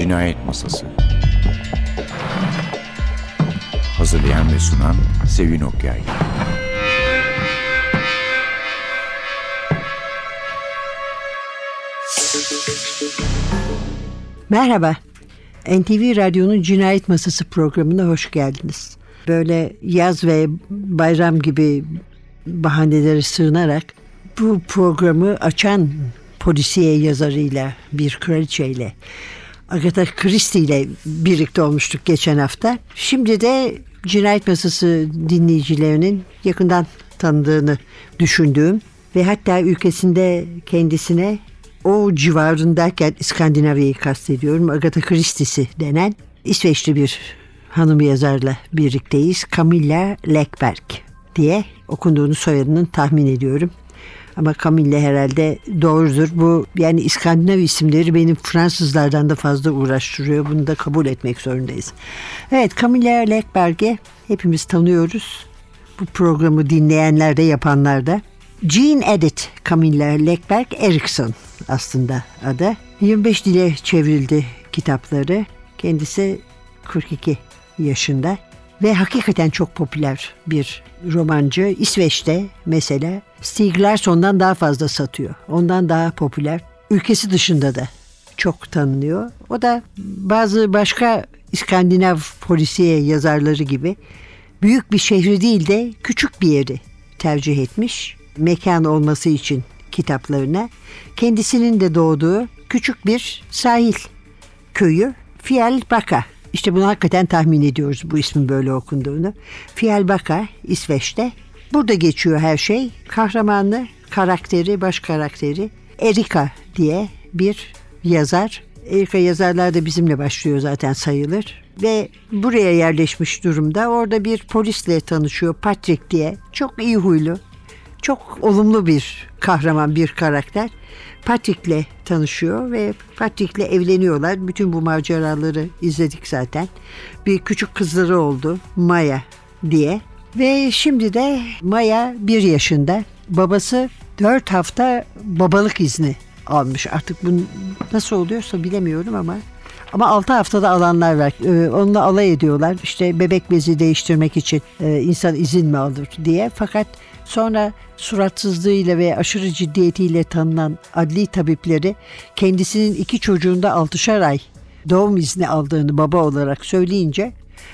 Cinayet Masası. Hazırlayan ve sunan Sevin Okyay. Merhaba, NTV Radyo'nun Cinayet Masası programına hoş geldiniz. Böyle yaz ve bayram gibi bahanelere sığınarak bu programı açan polisiye yazarıyla, bir kraliçeyle, Agatha Christie ile birlikte olmuştuk geçen hafta. Şimdi de Cinayet Masası dinleyicilerinin yakından tanıdığını düşündüğüm ve hatta ülkesinde kendisine o civarındayken İskandinavya'yı kastediyorum, Agatha Christie'si denen İsveçli bir hanım yazarla birlikteyiz. Camilla Läckberg diye okunduğunu soyadının tahmin ediyorum. Ama Camilla herhalde doğrudur. Bu yani İskandinav isimleri benim Fransızlardan da fazla uğraştırıyor. Bunu da kabul etmek zorundayız. Evet, Camilla Läckberg'i hepimiz tanıyoruz. Bu programı dinleyenler de yapanlar da. Jean Edith Camilla Läckberg Erikson aslında adı. 25 dile çevrildi kitapları. Kendisi 42 yaşında ve hakikaten çok popüler bir romancı. İsveç'te mesela Stieg Larsson'dan daha fazla satıyor. Ondan daha popüler. Ülkesi dışında da çok tanınıyor. O da bazı başka İskandinav polisiye yazarları gibi büyük bir şehri değil de küçük bir yeri tercih etmiş. Mekan olması için kitaplarına. Kendisinin de doğduğu küçük bir sahil köyü Fjällbacka. İşte bunu hakikaten tahmin ediyoruz bu ismin böyle okunduğunu. Fjällbacka İsveç'te. Burada geçiyor her şey. Kahramanı, karakteri, baş karakteri Erika diye bir yazar. Erika yazarlar da bizimle başlıyor zaten sayılır. Ve buraya yerleşmiş durumda. Orada bir polisle tanışıyor, Patrick diye. Çok iyi huylu, çok olumlu bir kahraman, bir karakter. Patrick'le tanışıyor ve Patrick'le evleniyorlar. Bütün bu maceraları izledik zaten. Bir küçük kızları oldu, Maya diye. Ve şimdi de Maya 1 yaşında. Babası 4 hafta babalık izni almış. Artık bu nasıl oluyorsa bilemiyorum ama 6 haftada alanlar var. Onunla alay ediyorlar. İşte bebek bezi değiştirmek için insan izin mi alır diye. Fakat sonra suratsızlığıyla ve aşırı ciddiyetiyle tanınan adli tabipleri kendisinin 2 çocuğunda 6'şar ay doğum izni aldığını baba olarak söyleyince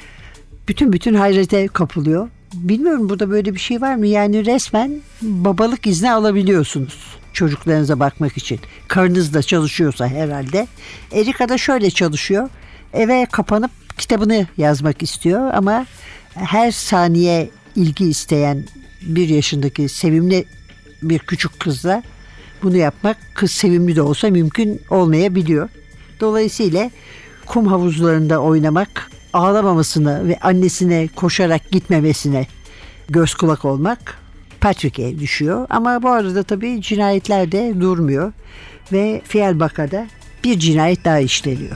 bütün hayrete kapılıyor. Bilmiyorum, burada böyle bir şey var mı? Yani resmen babalık izni alabiliyorsunuz çocuklarınıza bakmak için. Karınız da çalışıyorsa herhalde. Erika da şöyle çalışıyor. Eve kapanıp kitabını yazmak istiyor ama her saniye ilgi isteyen 1 yaşındaki sevimli bir küçük kızla bunu yapmak, kız sevimli de olsa, mümkün olmayabiliyor. Dolayısıyla kum havuzlarında oynamak, ağlamamasına ve annesine koşarak gitmemesine göz kulak olmak Patrick'e düşüyor. Ama bu arada tabii cinayetler de durmuyor ve Fjällbacka'da bir cinayet daha işleniyor.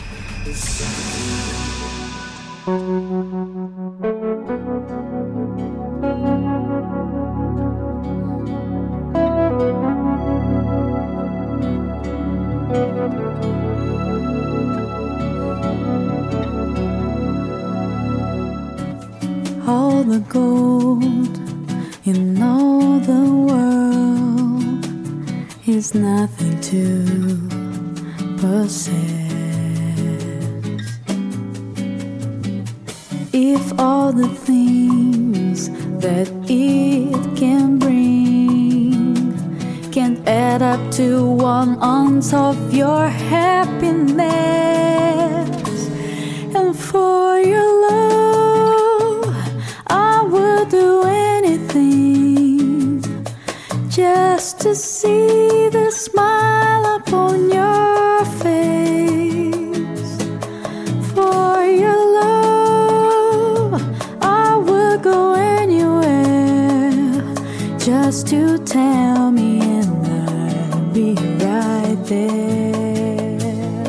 All the gold in all the world is nothing to possess. If all the things that it can bring can't add up to 1 ounce of your happiness, and for your love I would do anything just to see the smile upon your face. For your love I would go anywhere just to tell me, and I'll be right there.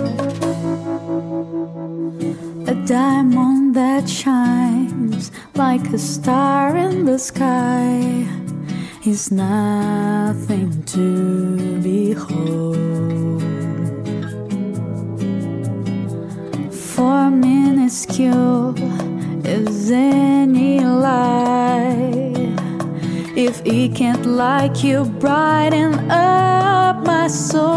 A diamond that shines like a star in the sky is nothing to behold. for minuscule as any light. If he can't like you, brighten up my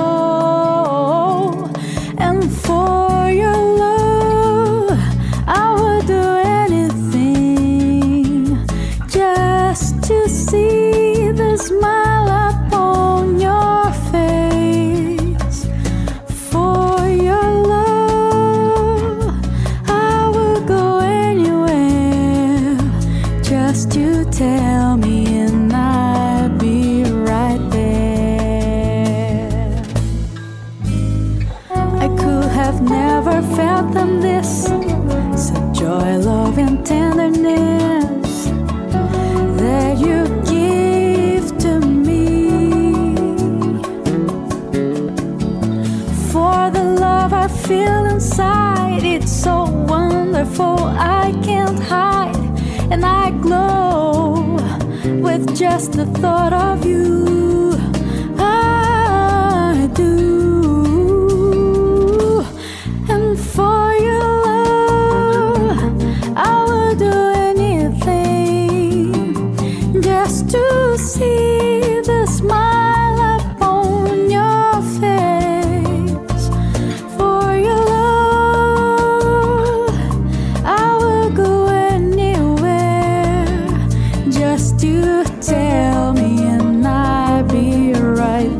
soul. And for your love, I would do anything just to see the smile upon your face. For your love, I will go anywhere just to tell me, and I'll be right there. I could have never felt them this, such joy, love, and tenderness that you give to me. For the love I feel inside, it's so wonderful I can't hide, and I glow with just the thought of you. I do. And for your love, I will do anything just to see the smile upon your face. For your love, I will go anywhere just to tell me, and I'll be right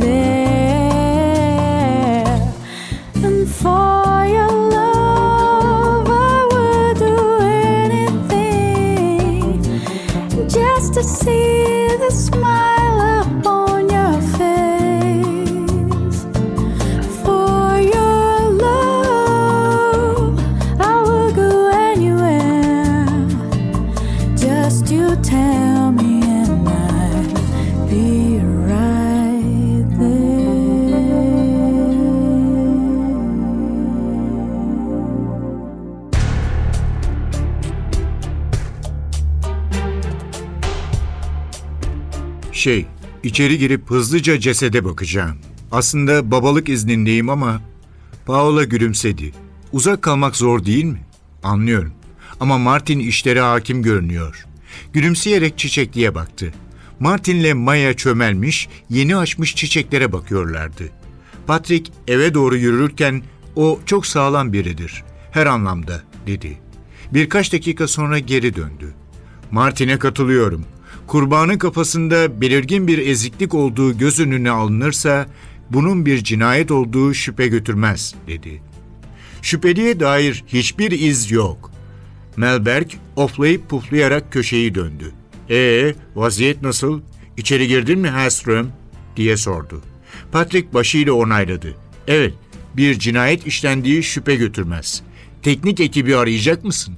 there. And for your love, I would do anything just to see the smile upon your face. For your love, I will go anywhere just to tell me, and I'll be right there. İçeri girip hızlıca cesede bakacağım. Aslında babalık iznindeyim ama... Paola gülümsedi. Uzak kalmak zor değil mi? Anlıyorum. Ama Martin işlere hakim görünüyor. Gülümseyerek çiçekliğe baktı. Martin'le Maya çömelmiş, yeni açmış çiçeklere bakıyorlardı. Patrick eve doğru yürürken o çok sağlam biridir. Her anlamda, dedi. Birkaç dakika sonra geri döndü. Martin'e katılıyorum. Kurbanın kafasında belirgin bir eziklik olduğu göz önüne alınırsa bunun bir cinayet olduğu şüphe götürmez, dedi. Şüpheliye dair hiçbir iz yok. Melberg oflayıp puflayarak köşeyi döndü. Vaziyet nasıl? İçeri girdin mi Hellström? Diye sordu. Patrick başıyla onayladı. Evet, bir cinayet işlendiği şüphe götürmez. Teknik ekibi arayacak mısın?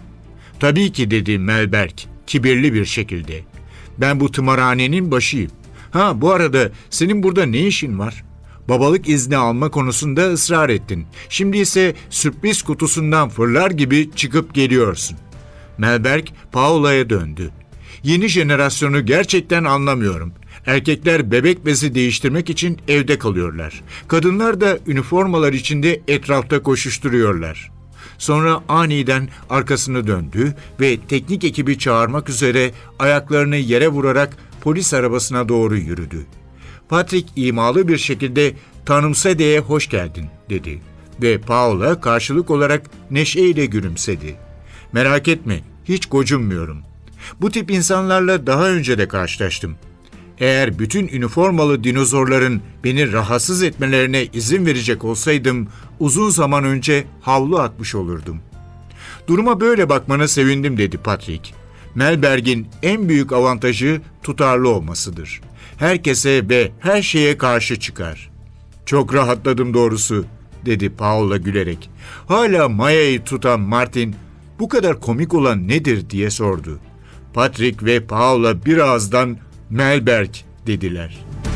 Tabii ki, dedi Melberg kibirli bir şekilde. Ben bu tımarhanenin başıyım. Bu arada senin burada ne işin var? Babalık izni alma konusunda ısrar ettin. Şimdi ise sürpriz kutusundan fırlar gibi çıkıp geliyorsun. Melberg Paola'ya döndü. Yeni jenerasyonu gerçekten anlamıyorum. Erkekler bebek bezi değiştirmek için evde kalıyorlar. Kadınlar da üniformalar içinde etrafta koşuşturuyorlar. Sonra aniden arkasını döndü ve teknik ekibi çağırmak üzere ayaklarını yere vurarak polis arabasına doğru yürüdü. Patrick imalı bir şekilde "Tanımsade'ye hoş geldin," dedi ve Paola karşılık olarak neşeyle gülümsedi. "Merak etme, hiç gocunmuyorum. Bu tip insanlarla daha önce de karşılaştım. Eğer bütün üniformalı dinozorların beni rahatsız etmelerine izin verecek olsaydım, uzun zaman önce havlu atmış olurdum." "Duruma böyle bakmana sevindim," dedi Patrick. "Melberg'in en büyük avantajı tutarlı olmasıdır. Herkese ve her şeye karşı çıkar." "Çok rahatladım doğrusu," dedi Paola gülerek. Hala Maya'yı tutan Martin, "Bu kadar komik olan nedir?" diye sordu. Patrick ve Paola bir ağızdan "Melberg," dediler.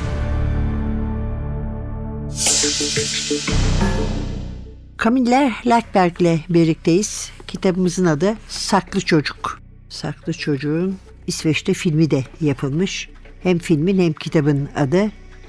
Camilla Läckberg'le birlikteyiz. Kitabımızın adı Saklı Çocuk. Saklı Çocuğun İsveç'te filmi de yapılmış. Hem filmin hem kitabın adı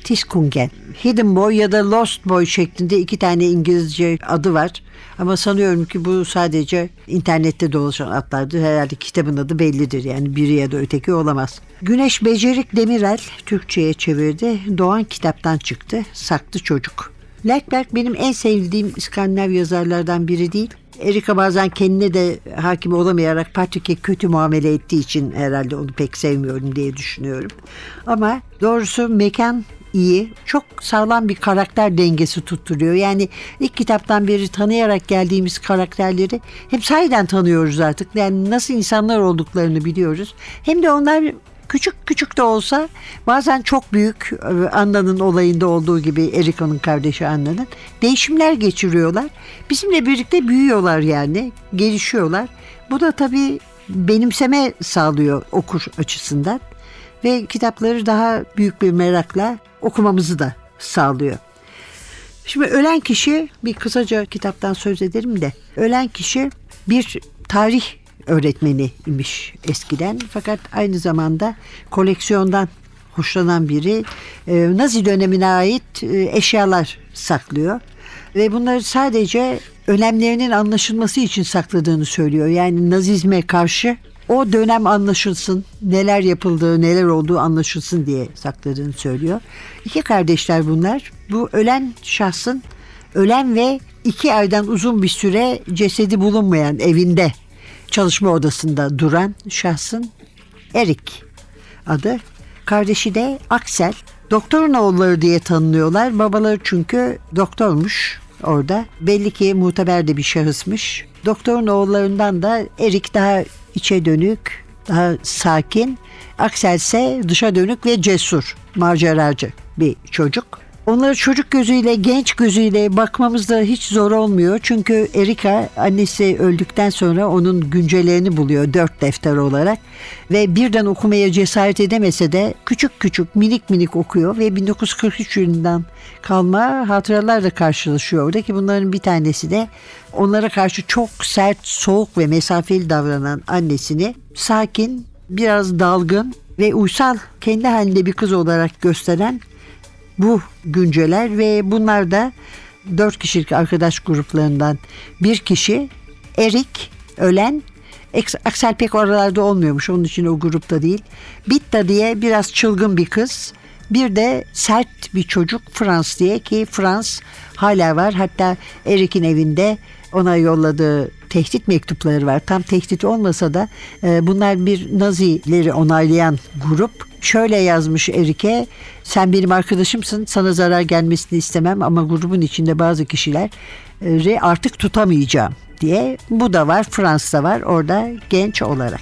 Tiskungen. Hidden Boy ya da Lost Boy şeklinde 2 tane İngilizce adı var. Ama sanıyorum ki bu sadece internette dolaşan adlardır. Herhalde kitabın adı bellidir. Yani biri ya da öteki olamaz. Güneş Becerik Demirel Türkçe'ye çevirdi. Doğan kitaptan çıktı. Saklı Çocuk. Läckberg benim en sevdiğim İskandinav yazarlardan biri değil. Erika bazen kendine de hakim olamayarak Patrick'e kötü muamele ettiği için herhalde onu pek sevmiyorum diye düşünüyorum. Ama doğrusu mekan iyi, çok sağlam bir karakter dengesi tutturuyor. Yani ilk kitaptan beri tanıyarak geldiğimiz karakterleri hem sahiden tanıyoruz artık. Yani nasıl insanlar olduklarını biliyoruz. Hem de onlar küçük küçük de olsa bazen çok büyük, Anna'nın olayında olduğu gibi Erika'nın kardeşi Anna'nın değişimler geçiriyorlar. Bizimle birlikte büyüyorlar yani, gelişiyorlar. Bu da tabii benimseme sağlıyor okur açısından ve kitapları daha büyük bir merakla okumamızı da sağlıyor. Şimdi ölen kişi, bir kısaca kitaptan söz ederim de, ölen kişi bir tarih öğretmeni imiş eskiden, fakat aynı zamanda koleksiyondan hoşlanan biri. Nazi dönemine ait eşyalar saklıyor ve bunları sadece önemlerinin anlaşılması için sakladığını söylüyor. Yani Nazizme karşı o dönem anlaşılsın, neler yapıldığı, neler olduğu anlaşılsın diye sakladığını söylüyor. 2 kardeşler bunlar. Bu ölen şahsın, ölen ve 2 aydan uzun bir süre cesedi bulunmayan evinde, çalışma odasında duran şahsın Erik adı. Kardeşi de Axel. Doktorun oğulları diye tanınıyorlar. Babaları çünkü doktormuş orada. Belli ki muteber de bir şahısmış. Doktorun oğullarından da Erik daha içe dönük, daha sakin. Axel ise dışa dönük ve cesur, maceracı bir çocuk. Onları çocuk gözüyle, genç gözüyle bakmamız da hiç zor olmuyor. Çünkü Erika annesi öldükten sonra onun güncellerini buluyor 4 defter olarak. Ve birden okumaya cesaret edemese de küçük küçük, minik minik okuyor. Ve 1943 yılından kalma hatıralarla karşılaşıyor orada ki bunların bir tanesi de onlara karşı çok sert, soğuk ve mesafeli davranan annesini sakin, biraz dalgın ve uysal, kendi halinde bir kız olarak gösteren bu günceler ve bunlar da 4 kişilik arkadaş gruplarından bir kişi Erik, ölen. Axel pek oralarda olmuyormuş, onun için o grupta değil. Bitta diye biraz çılgın bir kız, bir de sert bir çocuk Franz diye, ki Franz hala var. Hatta Erik'in evinde ona yolladığı tehdit mektupları var. Tam tehdit olmasa da bunlar bir Nazileri onaylayan grup. Şöyle yazmış Erik'e: sen benim arkadaşımsın, sana zarar gelmesini istemem ama grubun içinde bazı kişileri artık tutamayacağım diye. Bu da var, Fransa'da var orada genç olarak.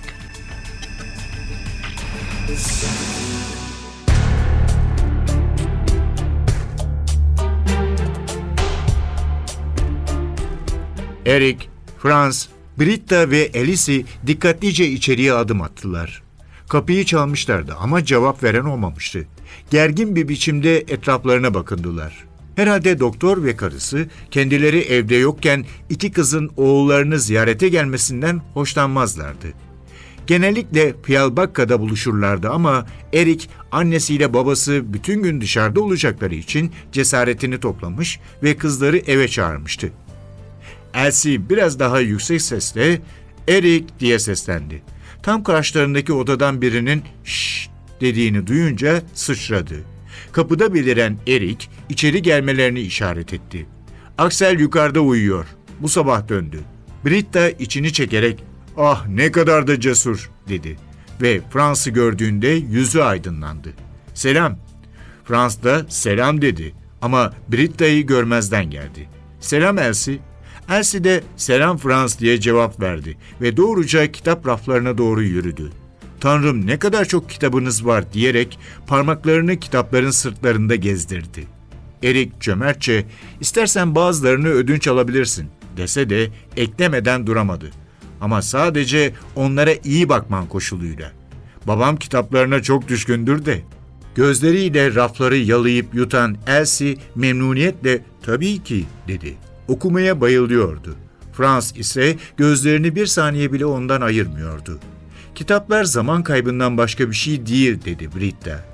Erik, Franz, Britta ve Alice dikkatlice içeriye adım attılar. Kapıyı çalmışlardı ama cevap veren olmamıştı. Gergin bir biçimde etraflarına bakındılar. Herhalde doktor ve karısı kendileri evde yokken 2 kızın oğullarını ziyarete gelmesinden hoşlanmazlardı. Genellikle Fjällbacka'da buluşurlardı ama Erik annesiyle babası bütün gün dışarıda olacakları için cesaretini toplamış ve kızları eve çağırmıştı. Elsie biraz daha yüksek sesle "Erik" diye seslendi. Tam karşılarındaki odadan birinin "şşş" dediğini duyunca sıçradı. Kapıda beliren Erik içeri gelmelerini işaret etti. Axel yukarıda uyuyor. Bu sabah döndü. Britta içini çekerek "Ah, ne kadar da cesur" dedi ve Frans'ı gördüğünde yüzü aydınlandı. "Selam." Frans da "Selam" dedi ama Britta'yı görmezden geldi. "Selam Elsie." Elsie de "Selam Frans" diye cevap verdi ve doğruca kitap raflarına doğru yürüdü. "Tanrım, ne kadar çok kitabınız var" diyerek parmaklarını kitapların sırtlarında gezdirdi. Erik cömertçe "İstersen bazılarını ödünç alabilirsin" dese de eklemeden duramadı. Ama sadece onlara iyi bakman koşuluyla. "Babam kitaplarına çok düşkündür de." Gözleriyle rafları yalayıp yutan Elsie memnuniyetle "Tabii ki" dedi. Okumaya bayılıyordu. Franz ise gözlerini bir saniye bile ondan ayırmıyordu. "Kitaplar zaman kaybından başka bir şey değil" dedi Britta.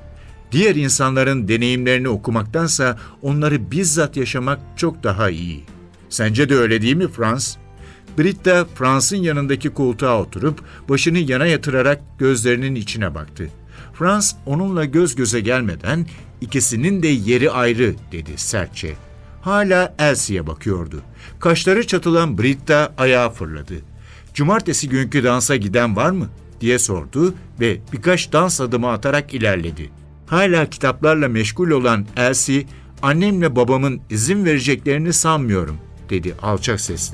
Diğer insanların deneyimlerini okumaktansa onları bizzat yaşamak çok daha iyi. Sence de öyle değil mi Franz? Britta, Franz'ın yanındaki koltuğa oturup başını yana yatırarak gözlerinin içine baktı. Franz onunla göz göze gelmeden ikisinin de yeri ayrı dedi sertçe. Hala Elsie'ye bakıyordu. Kaşları çatılan Britta ayağa fırladı. Cumartesi günkü dansa giden var mı? Diye sordu ve birkaç dans adımı atarak ilerledi. Hala kitaplarla meşgul olan Elsie, annemle babamın izin vereceklerini sanmıyorum dedi alçak sesle.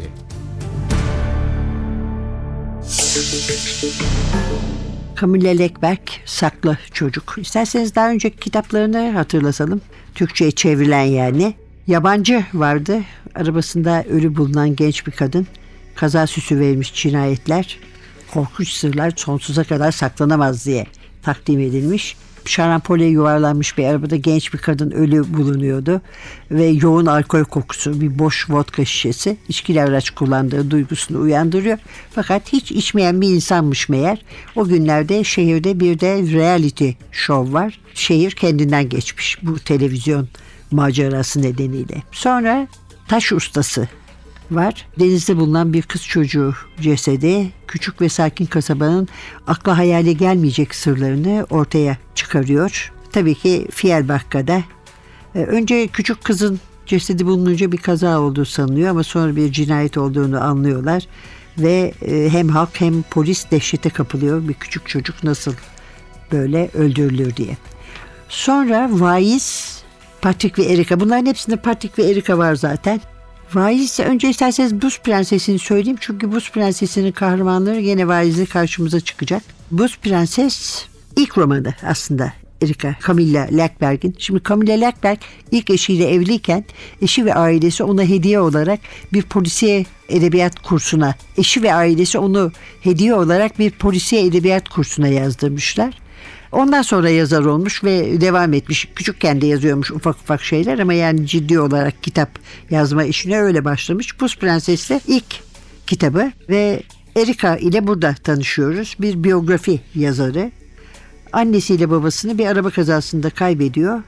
Camilla Läckberg, Saklı Çocuk. İsterseniz daha önceki kitaplarını hatırlatalım. Türkçe'ye çevrilen yani. Yabancı vardı. Arabasında ölü bulunan genç bir kadın. Kaza süsü verilmiş cinayetler. Korkunç sırlar sonsuza kadar saklanamaz diye takdim edilmiş. Şarampole yuvarlanmış bir arabada genç bir kadın ölü bulunuyordu. Ve yoğun alkol kokusu, bir boş vodka şişesi içkili araç kullandığı duygusunu uyandırıyor. Fakat hiç içmeyen bir insanmış meğer. O günlerde şehirde bir de reality show var. Şehir kendinden geçmiş bu televizyon macerası nedeniyle. Sonra taş ustası var. Denizde bulunan bir kız çocuğu cesedi küçük ve sakin kasabanın akla hayale gelmeyecek sırlarını ortaya çıkarıyor. Tabii ki Fiyelbach'ta önce küçük kızın cesedi bulununca bir kaza olduğu sanılıyor ama sonra bir cinayet olduğunu anlıyorlar ve hem halk hem polis dehşete kapılıyor. Bir küçük çocuk nasıl böyle öldürülür diye. Sonra vaiz Patrick ve Erika. Bunların hepsinde Patrick ve Erika var zaten. Vaiz, önce isterseniz Buz Prensesi'ni söyleyeyim. Çünkü Buz Prensesi'nin kahramanları gene vaizle karşımıza çıkacak. Buz Prenses ilk romanı aslında Erika, Camilla Läckberg'in. Şimdi Camilla Läckberg ilk eşiyle evliyken eşi ve ailesi ona hediye olarak bir polisiye edebiyat kursuna, edebiyat kursuna yazdırmışlar. Ondan sonra yazar olmuş ve devam etmiş. Küçükken de yazıyormuş ufak ufak şeyler ama yani ciddi olarak kitap yazma işine öyle başlamış. Buz Prenses'le ilk kitabı ve Erika ile burada tanışıyoruz. Bir biyografi yazarı. Annesiyle babasını bir araba kazasında kaybediyor.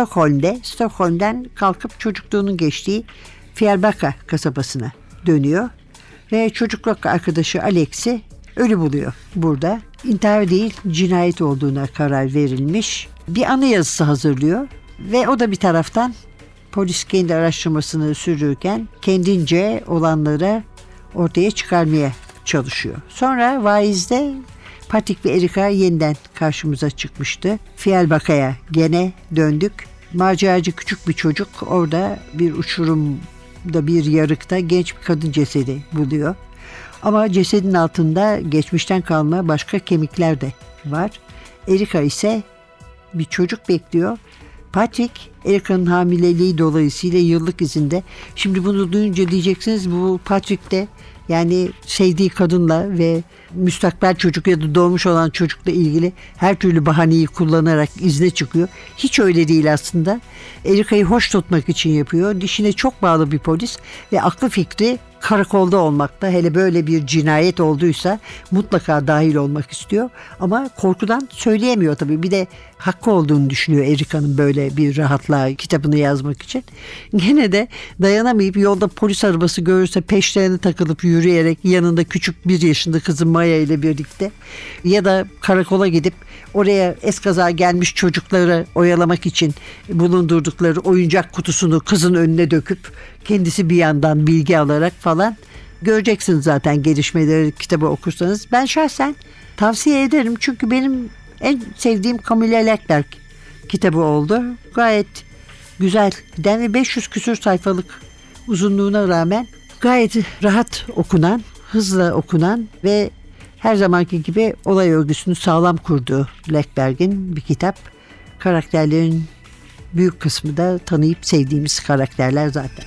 Stockholm'den kalkıp çocukluğunun geçtiği Fjällbacka kasabasına dönüyor. Ve çocukluk arkadaşı Alex'i ölü buluyor burada. İntihar değil, cinayet olduğuna karar verilmiş. Bir anı yazısı hazırlıyor ve o da bir taraftan polis kendi araştırmasını sürdürürken kendince olanları ortaya çıkarmaya çalışıyor. Sonra vaizde Patrick ve Erika yeniden karşımıza çıkmıştı. Fjällbacka'ya gene döndük. Maceracı küçük bir çocuk orada bir uçurumda bir yarıkta genç bir kadın cesedi buluyor. Ama cesedin altında geçmişten kalma başka kemikler de var. Erika ise bir çocuk bekliyor. Patrick, Erika'nın hamileliği dolayısıyla yıllık izinde. Şimdi bunu duyunca diyeceksiniz bu Patrick de yani sevdiği kadınla ve müstakbel çocuk ya da doğmuş olan çocukla ilgili her türlü bahaneyi kullanarak izne çıkıyor. Hiç öyle değil aslında. Erika'yı hoş tutmak için yapıyor. Dişine çok bağlı bir polis ve aklı fikri karakolda olmakta. Hele böyle bir cinayet olduysa mutlaka dahil olmak istiyor. Ama korkudan söyleyemiyor tabii. Bir de hakkı olduğunu düşünüyor Erika'nın böyle bir rahatlığa kitabını yazmak için. Gene de dayanamayıp yolda polis arabası görürse peşlerine takılıp yürüyerek yanında küçük 1 yaşında kızı Maya ile birlikte ya da karakola gidip oraya eskaza gelmiş çocukları oyalamak için bulundurdukları oyuncak kutusunu kızın önüne döküp kendisi bir yandan bilgi alarak falan göreceksiniz zaten gelişmeleri kitabı okursanız. Ben şahsen tavsiye ederim çünkü benim en sevdiğim Camilla Läckberg kitabı oldu. Gayet güzel. Yani 500 küsur sayfalık uzunluğuna rağmen gayet rahat okunan, hızla okunan ve her zamanki gibi olay örgüsünü sağlam kurduğu Läckberg'in bir kitap. Karakterlerin büyük kısmı da tanıyıp sevdiğimiz karakterler zaten.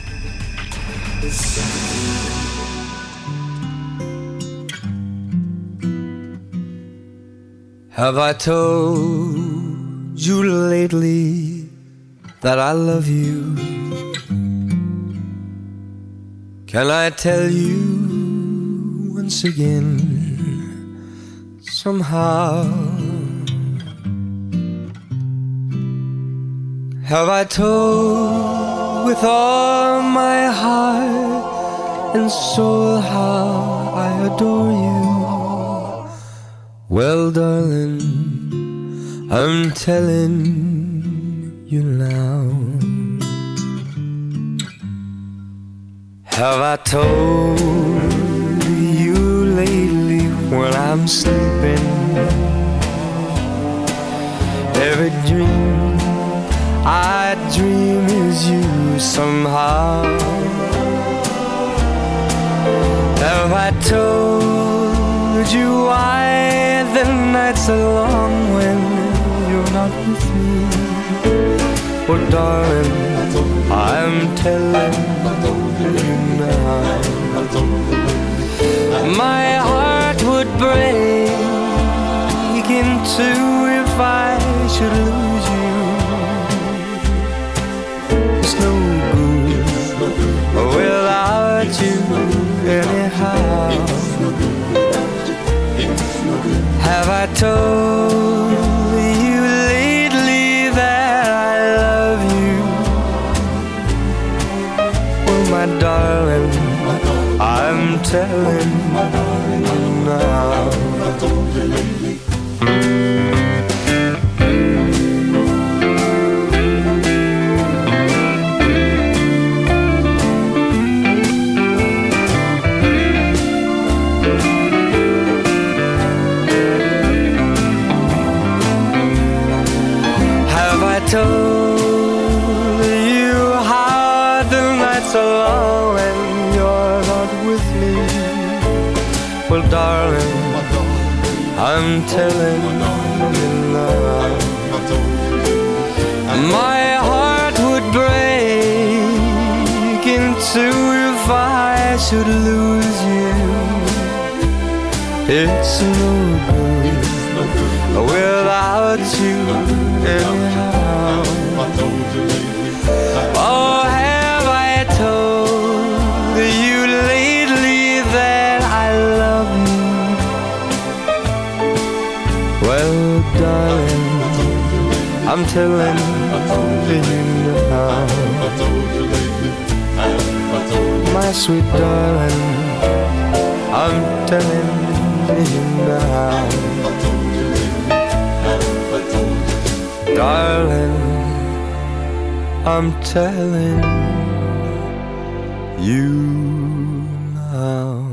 Have I told you lately that I love you? Can I tell you once again somehow? Have I told with all my heart and soul how I adore you? Well, darling, I'm telling you now. Have I told you lately when I'm sleeping? Every dream I dream is you somehow. Have I told you why the nights are long when you're not with me? Oh darling, I'm telling you now. My heart would break in two if I should lose you. It's no good without you anyhow. Have I told you lately that I love you? Well, my darling, I'm telling you now. Told you how the nights are long when you're not with me. Well, darling, I'm telling you now. My heart would break in two if I should lose you. It's no good without you anyhow. Oh, have I told you lately that I love you? Well, darling, I'm telling you now. My sweet darling, I'm telling you now. Darling, I'm telling you now.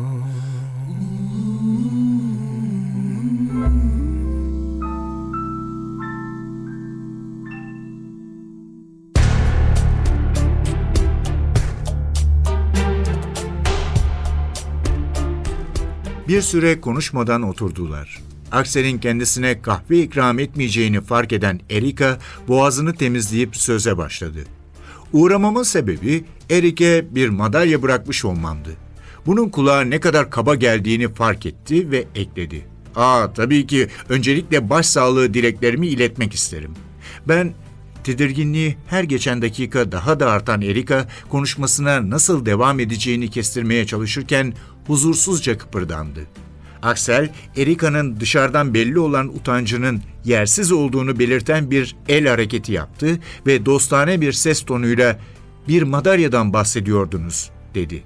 Bir süre konuşmadan oturdular. Aksel'in kendisine kahve ikram etmeyeceğini fark eden Erika boğazını temizleyip söze başladı. Uğramamın sebebi Erik'e bir madalya bırakmış olmamdı. Bunun kulağa ne kadar kaba geldiğini fark etti ve ekledi. Tabii ki öncelikle başsağlığı dileklerimi iletmek isterim. Ben tedirginliği her geçen dakika daha da artan Erika konuşmasına nasıl devam edeceğini kestirmeye çalışırken huzursuzca kıpırdandı. Aksel, Erika'nın dışarıdan belli olan utancının yersiz olduğunu belirten bir el hareketi yaptı ve dostane bir ses tonuyla "Bir madalyadan bahsediyordunuz," dedi.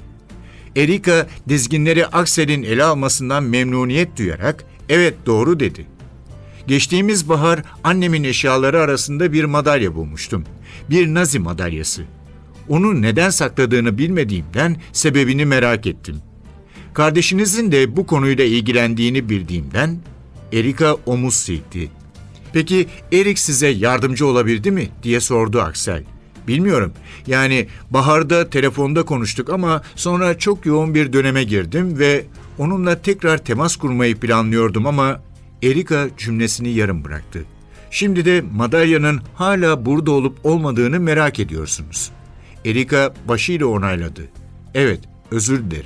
Erika, dizginleri Aksel'in ele almasından memnuniyet duyarak "Evet, doğru," dedi. "Geçtiğimiz bahar annemin eşyaları arasında bir madalya bulmuştum. Bir Nazi madalyası. Onu neden sakladığını bilmediğimden sebebini merak ettim. Kardeşinizin de bu konuyla ilgilendiğini bildiğimden..." Erika omuz silkti. "Peki Erik size yardımcı olabildi mi?" diye sordu Aksel. "Bilmiyorum. Yani baharda telefonda konuştuk ama sonra çok yoğun bir döneme girdim ve onunla tekrar temas kurmayı planlıyordum ama..." Erika cümlesini yarım bıraktı. "Şimdi de madalyanın hala burada olup olmadığını merak ediyorsunuz." Erika başıyla onayladı. "Evet, özür dilerim.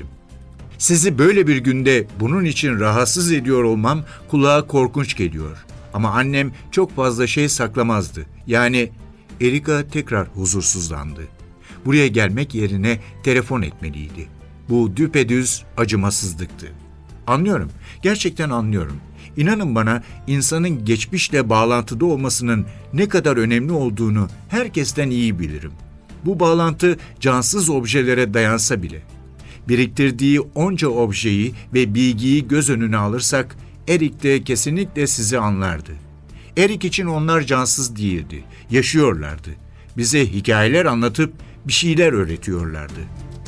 Sizi böyle bir günde bunun için rahatsız ediyor olmam kulağa korkunç geliyor. Ama annem çok fazla şey saklamazdı. Yani..." Erika tekrar huzursuzlandı. Buraya gelmek yerine telefon etmeliydi. Bu düpedüz acımasızlıktı. "Anlıyorum, gerçekten anlıyorum. İnanın bana, insanın geçmişle bağlantıda olmasının ne kadar önemli olduğunu herkesten iyi bilirim. Bu bağlantı cansız objelere dayansa bile. Biriktirdiği onca objeyi ve bilgiyi göz önüne alırsak, Eric de kesinlikle sizi anlardı. Eric için onlar cansız değildi, yaşıyorlardı. Bize hikayeler anlatıp bir şeyler öğretiyorlardı.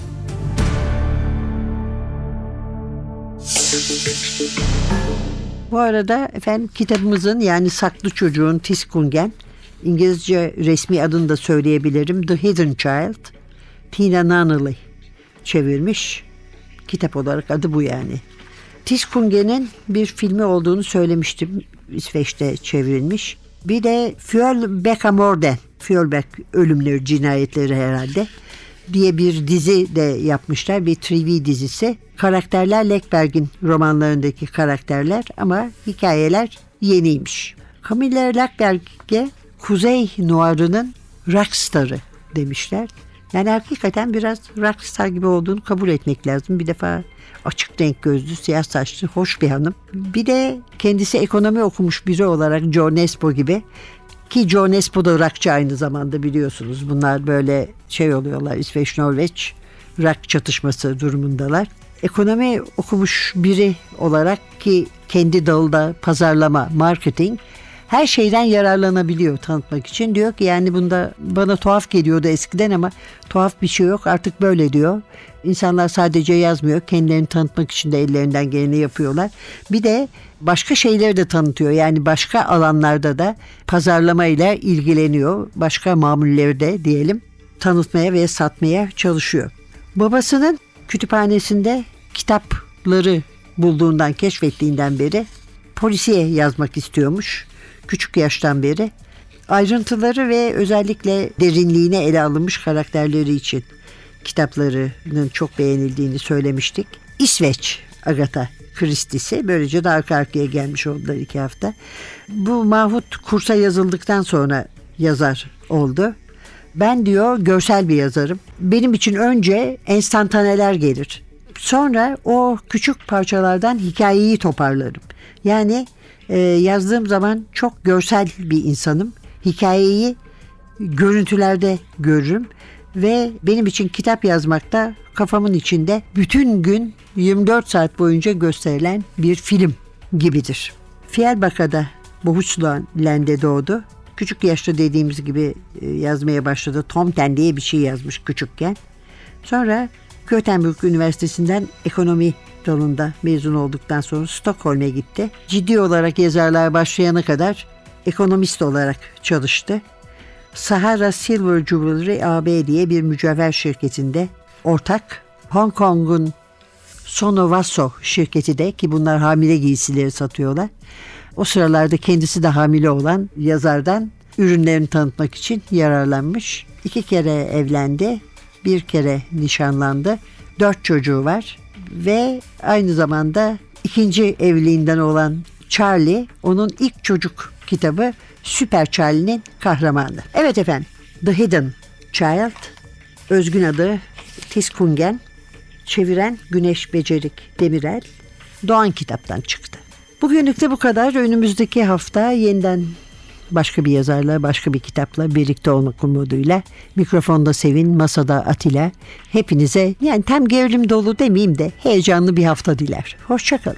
Bu arada efendim kitabımızın yani Saklı Çocuğun Tiskungen, İngilizce resmi adını da söyleyebilirim, The Hidden Child, Tina Nunnally çevirmiş. Kitap olarak adı bu yani. Tiskungen'in bir filmi olduğunu söylemiştim. İsveç'te çevrilmiş. Bir de Fjölbäckamorden, Fjölbäck ölümleri, cinayetleri herhalde diye bir dizi de yapmışlar. Bir TV dizisi. Karakterler Läckberg'in romanlarındaki karakterler ama hikayeler yeniymiş. Camilla Läckberg'e Kuzey Noir'ının rockstarı demişler. Yani hakikaten biraz rockstar gibi olduğunu kabul etmek lazım. Bir defa açık renk gözlü, siyah saçlı, hoş bir hanım. Bir de kendisi ekonomi okumuş biri olarak Joe Nesbo gibi. Ki Joe Nesbo da rockçı aynı zamanda, biliyorsunuz. Bunlar böyle şey oluyorlar, İsveç-Norveç rock çatışması durumundalar. Ekonomi okumuş biri olarak ki kendi dalında pazarlama, marketing, her şeyden yararlanabiliyor tanıtmak için. Diyor ki yani bunda bana tuhaf geliyordu eskiden ama tuhaf bir şey yok, artık böyle diyor. İnsanlar sadece yazmıyor, kendilerini tanıtmak için de ellerinden geleni yapıyorlar. Bir de başka şeyleri de tanıtıyor. Yani başka alanlarda da pazarlamayla ilgileniyor. Başka mamulleri de diyelim tanıtmaya ve satmaya çalışıyor. Babasının kütüphanesinde kitapları bulduğundan, keşfettiğinden beri polisiye yazmak istiyormuş. Küçük yaştan beri. Ayrıntıları ve özellikle derinliğine ele alınmış karakterleri için kitaplarının çok beğenildiğini söylemiştik. İsveç Agatha Christie'si, böylece de arka arkaya gelmiş oldular 2 hafta. Bu Mahmut kursa yazıldıktan sonra yazar oldu. Ben diyor görsel bir yazarım. Benim için önce enstantaneler gelir. Sonra o küçük parçalardan hikayeyi toparlarım. Yani yazdığım zaman çok görsel bir insanım. Hikayeyi görüntülerde görürüm ve benim için kitap yazmakta kafamın içinde bütün gün 24 saat boyunca gösterilen bir film gibidir. Fjällbacka'da Bohuslän'de doğdu. Küçük yaşta dediğimiz gibi yazmaya başladı. Tomten diye bir şey yazmış küçükken. Sonra Göteborg Üniversitesi'nden ekonomi dalında mezun olduktan sonra Stockholm'e gitti. Ciddi olarak yazarlığa başlayana kadar ekonomist olarak çalıştı. Sahara Silver Jewelry AB diye bir mücevher şirketinde ortak. Hong Kong'un Sonovaso şirketi de, ki bunlar hamile giysileri satıyorlar. O sıralarda kendisi de hamile olan yazardan ürünlerini tanıtmak için yararlanmış. 2 kere evlendi, 1 kere nişanlandı. 4 çocuğu var ve aynı zamanda 2. evliliğinden olan Charlie, onun ilk çocuk kitabı Süper Charlie'nin kahramanı. Evet efendim, The Hidden Child, özgün adı Tiskungen, çeviren Güneş Becerik Demirel, Doğan Kitap'tan çıktı. Bugünlük de bu kadar. Önümüzdeki hafta yeniden başka bir yazarla, başka bir kitapla birlikte olmak umuduyla. Mikrofonda Sevin, masada Atilla. Hepinize yani tam gerilim dolu demeyeyim de heyecanlı bir hafta diler. Hoşça kalın.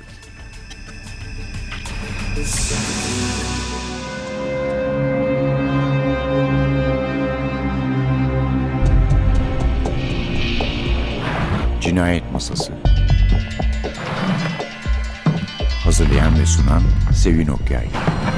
Cinayet Masası. Hazırlayan ve sunan Sevin Okyay.